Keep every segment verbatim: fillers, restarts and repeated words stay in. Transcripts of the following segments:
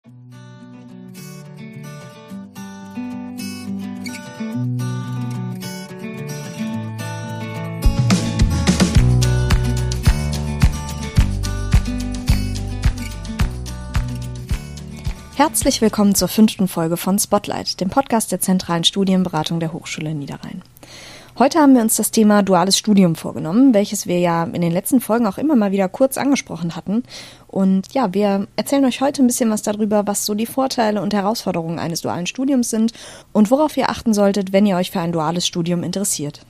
Herzlich willkommen zur fünften Folge von Spotlight, dem Podcast der zentralen Studienberatung der Hochschule Niederrhein. Heute haben wir uns das Thema duales Studium vorgenommen, welches wir ja in den letzten Folgen auch immer mal wieder kurz angesprochen hatten. Und ja, wir erzählen euch heute ein bisschen was darüber, was so die Vorteile und Herausforderungen eines dualen Studiums sind und worauf ihr achten solltet, wenn ihr euch für ein duales Studium interessiert.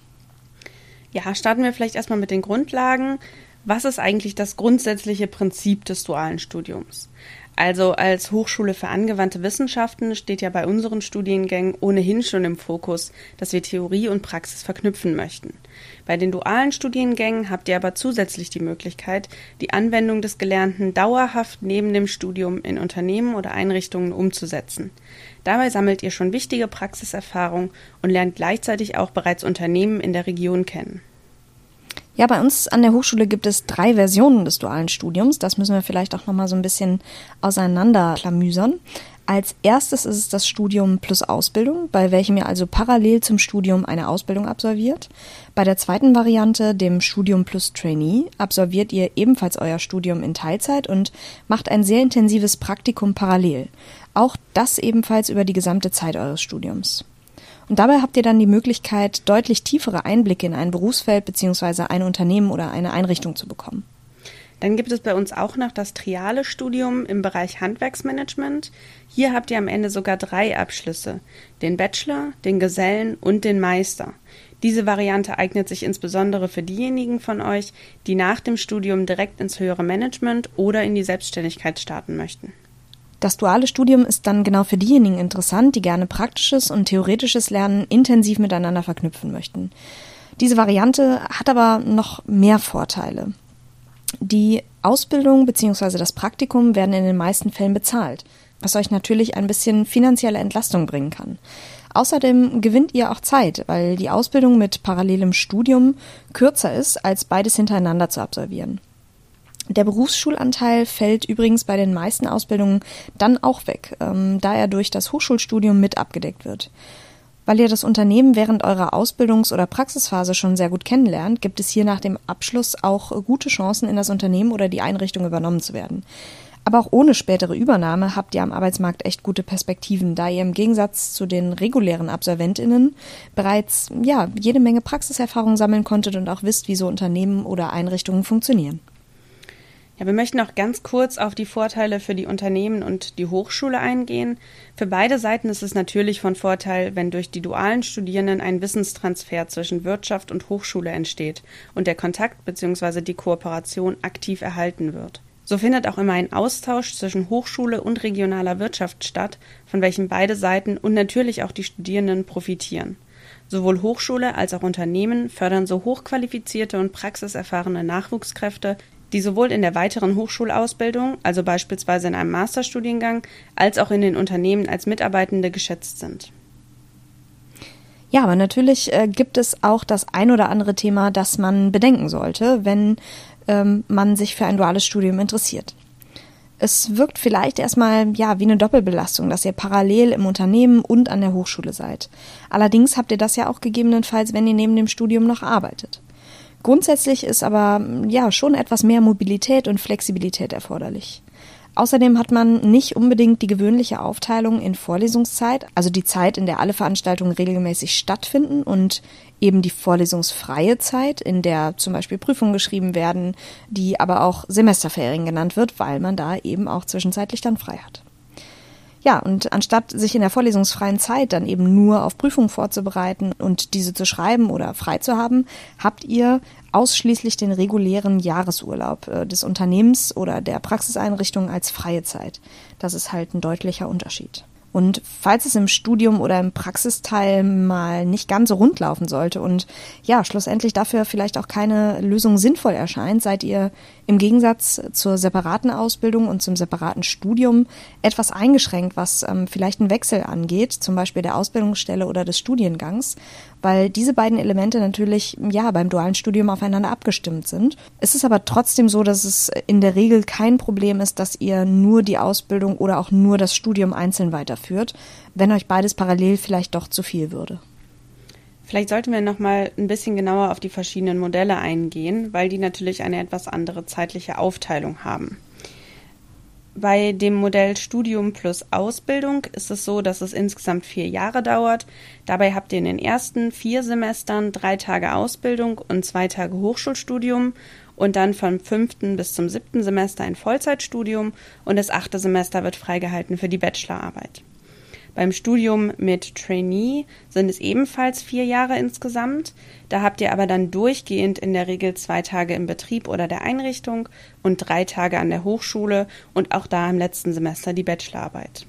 Ja, starten wir vielleicht erstmal mit den Grundlagen. Was ist eigentlich das grundsätzliche Prinzip des dualen Studiums? Also als Hochschule für angewandte Wissenschaften steht ja bei unseren Studiengängen ohnehin schon im Fokus, dass wir Theorie und Praxis verknüpfen möchten. Bei den dualen Studiengängen habt ihr aber zusätzlich die Möglichkeit, die Anwendung des Gelernten dauerhaft neben dem Studium in Unternehmen oder Einrichtungen umzusetzen. Dabei sammelt ihr schon wichtige Praxiserfahrung und lernt gleichzeitig auch bereits Unternehmen in der Region kennen. Ja, bei uns an der Hochschule gibt es drei Versionen des dualen Studiums. Das müssen wir vielleicht auch nochmal so ein bisschen auseinanderklamüsern. Als erstes ist es das Studium plus Ausbildung, bei welchem ihr also parallel zum Studium eine Ausbildung absolviert. Bei der zweiten Variante, dem Studium plus Trainee, absolviert ihr ebenfalls euer Studium in Teilzeit und macht ein sehr intensives Praktikum parallel. Auch das ebenfalls über die gesamte Zeit eures Studiums. Und dabei habt ihr dann die Möglichkeit, deutlich tiefere Einblicke in ein Berufsfeld bzw. ein Unternehmen oder eine Einrichtung zu bekommen. Dann gibt es bei uns auch noch das triale Studium im Bereich Handwerksmanagement. Hier habt ihr am Ende sogar drei Abschlüsse, den Bachelor, den Gesellen und den Meister. Diese Variante eignet sich insbesondere für diejenigen von euch, die nach dem Studium direkt ins höhere Management oder in die Selbstständigkeit starten möchten. Das duale Studium ist dann genau für diejenigen interessant, die gerne praktisches und theoretisches Lernen intensiv miteinander verknüpfen möchten. Diese Variante hat aber noch mehr Vorteile. Die Ausbildung bzw. das Praktikum werden in den meisten Fällen bezahlt, was euch natürlich ein bisschen finanzielle Entlastung bringen kann. Außerdem gewinnt ihr auch Zeit, weil die Ausbildung mit parallelem Studium kürzer ist, als beides hintereinander zu absolvieren. Der Berufsschulanteil fällt übrigens bei den meisten Ausbildungen dann auch weg, ähm, da er durch das Hochschulstudium mit abgedeckt wird. Weil ihr das Unternehmen während eurer Ausbildungs- oder Praxisphase schon sehr gut kennenlernt, gibt es hier nach dem Abschluss auch gute Chancen, in das Unternehmen oder die Einrichtung übernommen zu werden. Aber auch ohne spätere Übernahme habt ihr am Arbeitsmarkt echt gute Perspektiven, da ihr im Gegensatz zu den regulären AbsolventInnen bereits ja jede Menge Praxiserfahrung sammeln konntet und auch wisst, wie so Unternehmen oder Einrichtungen funktionieren. Ja, wir möchten noch ganz kurz auf die Vorteile für die Unternehmen und die Hochschule eingehen. Für beide Seiten ist es natürlich von Vorteil, wenn durch die dualen Studierenden ein Wissenstransfer zwischen Wirtschaft und Hochschule entsteht und der Kontakt bzw. die Kooperation aktiv erhalten wird. So findet auch immer ein Austausch zwischen Hochschule und regionaler Wirtschaft statt, von welchem beide Seiten und natürlich auch die Studierenden profitieren. Sowohl Hochschule als auch Unternehmen fördern so hochqualifizierte und praxiserfahrene Nachwuchskräfte, die sowohl in der weiteren Hochschulausbildung, also beispielsweise in einem Masterstudiengang, als auch in den Unternehmen als Mitarbeitende geschätzt sind. Ja, aber natürlich äh, gibt es auch das ein oder andere Thema, das man bedenken sollte, wenn ähm, man sich für ein duales Studium interessiert. Es wirkt vielleicht erstmal ja wie eine Doppelbelastung, dass ihr parallel im Unternehmen und an der Hochschule seid. Allerdings habt ihr das ja auch gegebenenfalls, wenn ihr neben dem Studium noch arbeitet. Grundsätzlich ist aber ja schon etwas mehr Mobilität und Flexibilität erforderlich. Außerdem hat man nicht unbedingt die gewöhnliche Aufteilung in Vorlesungszeit, also die Zeit, in der alle Veranstaltungen regelmäßig stattfinden, und eben die vorlesungsfreie Zeit, in der zum Beispiel Prüfungen geschrieben werden, die aber auch Semesterferien genannt wird, weil man da eben auch zwischenzeitlich dann frei hat. Ja, und anstatt sich in der vorlesungsfreien Zeit dann eben nur auf Prüfungen vorzubereiten und diese zu schreiben oder frei zu haben, habt ihr ausschließlich den regulären Jahresurlaub äh, des Unternehmens oder der Praxiseinrichtung als freie Zeit. Das ist halt ein deutlicher Unterschied. Und falls es im Studium oder im Praxisteil mal nicht ganz so rund laufen sollte und ja, schlussendlich dafür vielleicht auch keine Lösung sinnvoll erscheint, seid ihr im Gegensatz zur separaten Ausbildung und zum separaten Studium etwas eingeschränkt, was ähm, vielleicht einen Wechsel angeht, zum Beispiel der Ausbildungsstelle oder des Studiengangs, weil diese beiden Elemente natürlich ja beim dualen Studium aufeinander abgestimmt sind. Es ist aber trotzdem so, dass es in der Regel kein Problem ist, dass ihr nur die Ausbildung oder auch nur das Studium einzeln weiterführt, wenn euch beides parallel vielleicht doch zu viel würde. Vielleicht sollten wir noch mal ein bisschen genauer auf die verschiedenen Modelle eingehen, weil die natürlich eine etwas andere zeitliche Aufteilung haben. Bei dem Modell Studium plus Ausbildung ist es so, dass es insgesamt vier Jahre dauert. Dabei habt ihr in den ersten vier Semestern drei Tage Ausbildung und zwei Tage Hochschulstudium und dann vom fünften bis zum siebten Semester ein Vollzeitstudium und das achte Semester wird freigehalten für die Bachelorarbeit. Beim Studium mit Trainee sind es ebenfalls vier Jahre insgesamt. Da habt ihr aber dann durchgehend in der Regel zwei Tage im Betrieb oder der Einrichtung und drei Tage an der Hochschule und auch da im letzten Semester die Bachelorarbeit.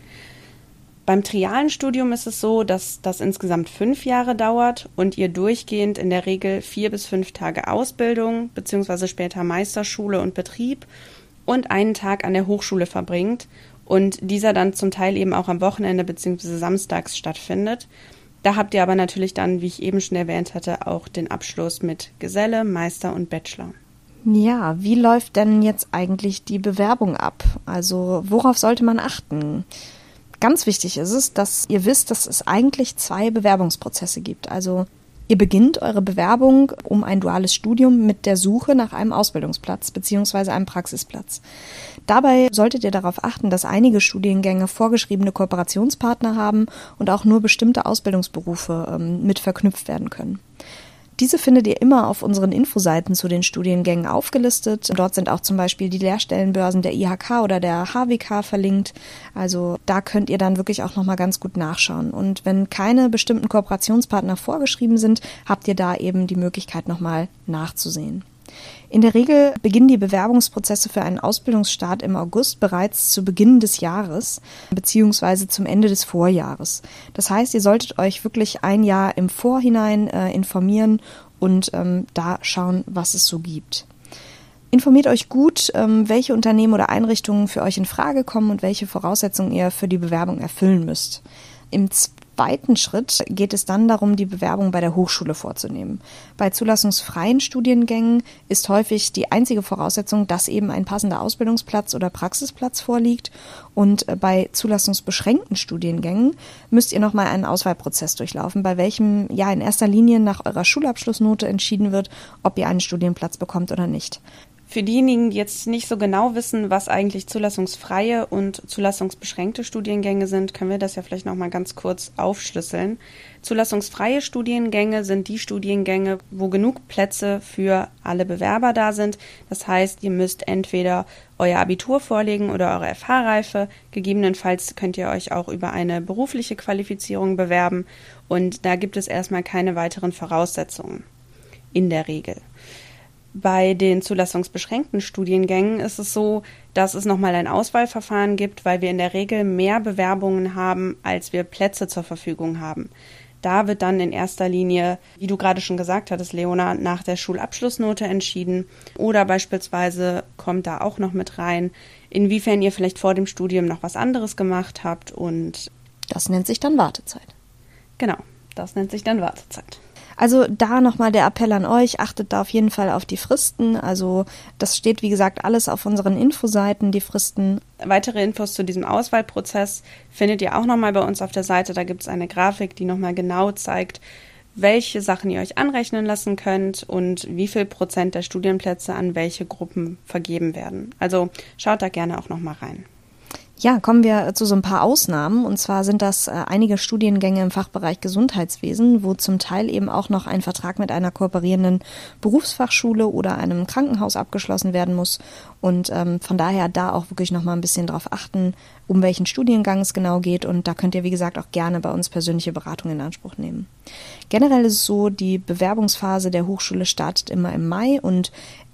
Beim trialen Studium ist es so, dass das insgesamt fünf Jahre dauert und ihr durchgehend in der Regel vier bis fünf Tage Ausbildung bzw. später Meisterschule und Betrieb und einen Tag an der Hochschule verbringt und dieser dann zum Teil eben auch am Wochenende bzw. samstags stattfindet. Da habt ihr aber natürlich dann, wie ich eben schon erwähnt hatte, auch den Abschluss mit Geselle, Meister und Bachelor. Ja, wie läuft denn jetzt eigentlich die Bewerbung ab? Also worauf sollte man achten? Ganz wichtig ist es, dass ihr wisst, dass es eigentlich zwei Bewerbungsprozesse gibt. Also ihr beginnt eure Bewerbung um ein duales Studium mit der Suche nach einem Ausbildungsplatz bzw. einem Praxisplatz. Dabei solltet ihr darauf achten, dass einige Studiengänge vorgeschriebene Kooperationspartner haben und auch nur bestimmte Ausbildungsberufe ähm, mit verknüpft werden können. Diese findet ihr immer auf unseren Infoseiten zu den Studiengängen aufgelistet. Dort sind auch zum Beispiel die Lehrstellenbörsen der I H K oder der H W K verlinkt. Also da könnt ihr dann wirklich auch nochmal ganz gut nachschauen. Und wenn keine bestimmten Kooperationspartner vorgeschrieben sind, habt ihr da eben die Möglichkeit nochmal nachzusehen. In der Regel beginnen die Bewerbungsprozesse für einen Ausbildungsstart im August bereits zu Beginn des Jahres beziehungsweise zum Ende des Vorjahres. Das heißt, ihr solltet euch wirklich ein Jahr im Vorhinein äh, informieren und ähm, da schauen, was es so gibt. Informiert euch gut, ähm, welche Unternehmen oder Einrichtungen für euch in Frage kommen und welche Voraussetzungen ihr für die Bewerbung erfüllen müsst. Im zweiten Schritt geht es dann darum, die Bewerbung bei der Hochschule vorzunehmen. Bei zulassungsfreien Studiengängen ist häufig die einzige Voraussetzung, dass eben ein passender Ausbildungsplatz oder Praxisplatz vorliegt. Und bei zulassungsbeschränkten Studiengängen müsst ihr nochmal einen Auswahlprozess durchlaufen, bei welchem ja in erster Linie nach eurer Schulabschlussnote entschieden wird, ob ihr einen Studienplatz bekommt oder nicht. Für diejenigen, die jetzt nicht so genau wissen, was eigentlich zulassungsfreie und zulassungsbeschränkte Studiengänge sind, können wir das ja vielleicht noch mal ganz kurz aufschlüsseln. Zulassungsfreie Studiengänge sind die Studiengänge, wo genug Plätze für alle Bewerber da sind. Das heißt, ihr müsst entweder euer Abitur vorlegen oder eure F H-Reife. Gegebenenfalls könnt ihr euch auch über eine berufliche Qualifizierung bewerben. Und da gibt es erstmal keine weiteren Voraussetzungen in der Regel. Bei den zulassungsbeschränkten Studiengängen ist es so, dass es nochmal ein Auswahlverfahren gibt, weil wir in der Regel mehr Bewerbungen haben, als wir Plätze zur Verfügung haben. Da wird dann in erster Linie, wie du gerade schon gesagt hattest, Leona, nach der Schulabschlussnote entschieden. Oder beispielsweise kommt da auch noch mit rein, inwiefern ihr vielleicht vor dem Studium noch was anderes gemacht habt. Und das nennt sich dann Wartezeit. Genau, das nennt sich dann Wartezeit. Also da nochmal der Appell an euch, achtet da auf jeden Fall auf die Fristen. Also das steht, wie gesagt, alles auf unseren Infoseiten, die Fristen. Weitere Infos zu diesem Auswahlprozess findet ihr auch nochmal bei uns auf der Seite. Da gibt es eine Grafik, die nochmal genau zeigt, welche Sachen ihr euch anrechnen lassen könnt und wie viel Prozent der Studienplätze an welche Gruppen vergeben werden. Also schaut da gerne auch nochmal rein. Ja, kommen wir zu so ein paar Ausnahmen. Und zwar sind das äh, einige Studiengänge im Fachbereich Gesundheitswesen, wo zum Teil eben auch noch ein Vertrag mit einer kooperierenden Berufsfachschule oder einem Krankenhaus abgeschlossen werden muss. Und ähm, von daher da auch wirklich noch mal ein bisschen drauf achten, um welchen Studiengang es genau geht. Und da könnt ihr, wie gesagt, auch gerne bei uns persönliche Beratung in Anspruch nehmen. Generell ist es so, die Bewerbungsphase der Hochschule startet immer im Mai und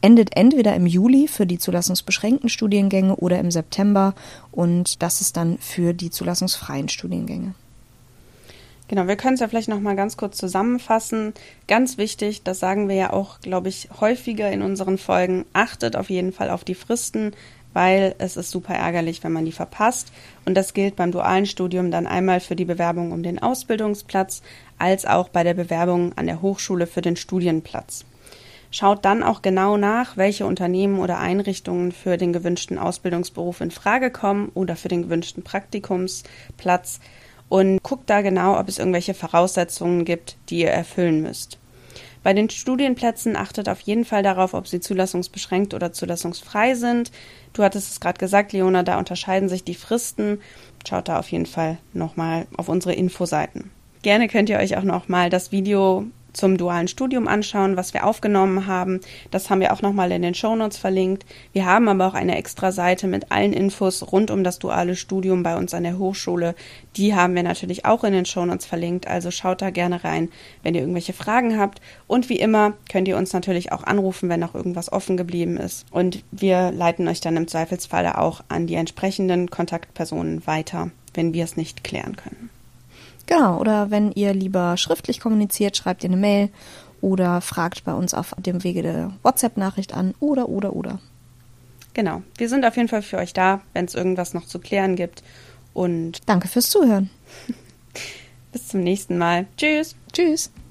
endet entweder im Juli für die zulassungsbeschränkten Studiengänge oder im September und das ist dann für die zulassungsfreien Studiengänge. Genau, wir können es ja vielleicht noch mal ganz kurz zusammenfassen. Ganz wichtig, das sagen wir ja auch, glaube ich, häufiger in unseren Folgen, achtet auf jeden Fall auf die Fristen, weil es ist super ärgerlich, wenn man die verpasst. Und das gilt beim dualen Studium dann einmal für die Bewerbung um den Ausbildungsplatz, als auch bei der Bewerbung an der Hochschule für den Studienplatz. Schaut dann auch genau nach, welche Unternehmen oder Einrichtungen für den gewünschten Ausbildungsberuf in Frage kommen oder für den gewünschten Praktikumsplatz. Und guckt da genau, ob es irgendwelche Voraussetzungen gibt, die ihr erfüllen müsst. Bei den Studienplätzen achtet auf jeden Fall darauf, ob sie zulassungsbeschränkt oder zulassungsfrei sind. Du hattest es gerade gesagt, Leona, da unterscheiden sich die Fristen. Schaut da auf jeden Fall nochmal auf unsere Infoseiten. Gerne könnt ihr euch auch nochmal das Video zum dualen Studium anschauen, was wir aufgenommen haben. Das haben wir auch nochmal in den Shownotes verlinkt. Wir haben aber auch eine extra Seite mit allen Infos rund um das duale Studium bei uns an der Hochschule. Die haben wir natürlich auch in den Shownotes verlinkt, also schaut da gerne rein, wenn ihr irgendwelche Fragen habt. Und wie immer könnt ihr uns natürlich auch anrufen, wenn noch irgendwas offen geblieben ist. Und wir leiten euch dann im Zweifelsfalle auch an die entsprechenden Kontaktpersonen weiter, wenn wir es nicht klären können. Genau, oder wenn ihr lieber schriftlich kommuniziert, schreibt ihr eine Mail oder fragt bei uns auf dem Wege der WhatsApp-Nachricht an oder, oder, oder. Genau, wir sind auf jeden Fall für euch da, wenn es irgendwas noch zu klären gibt. Und danke fürs Zuhören. Bis zum nächsten Mal. Tschüss. Tschüss.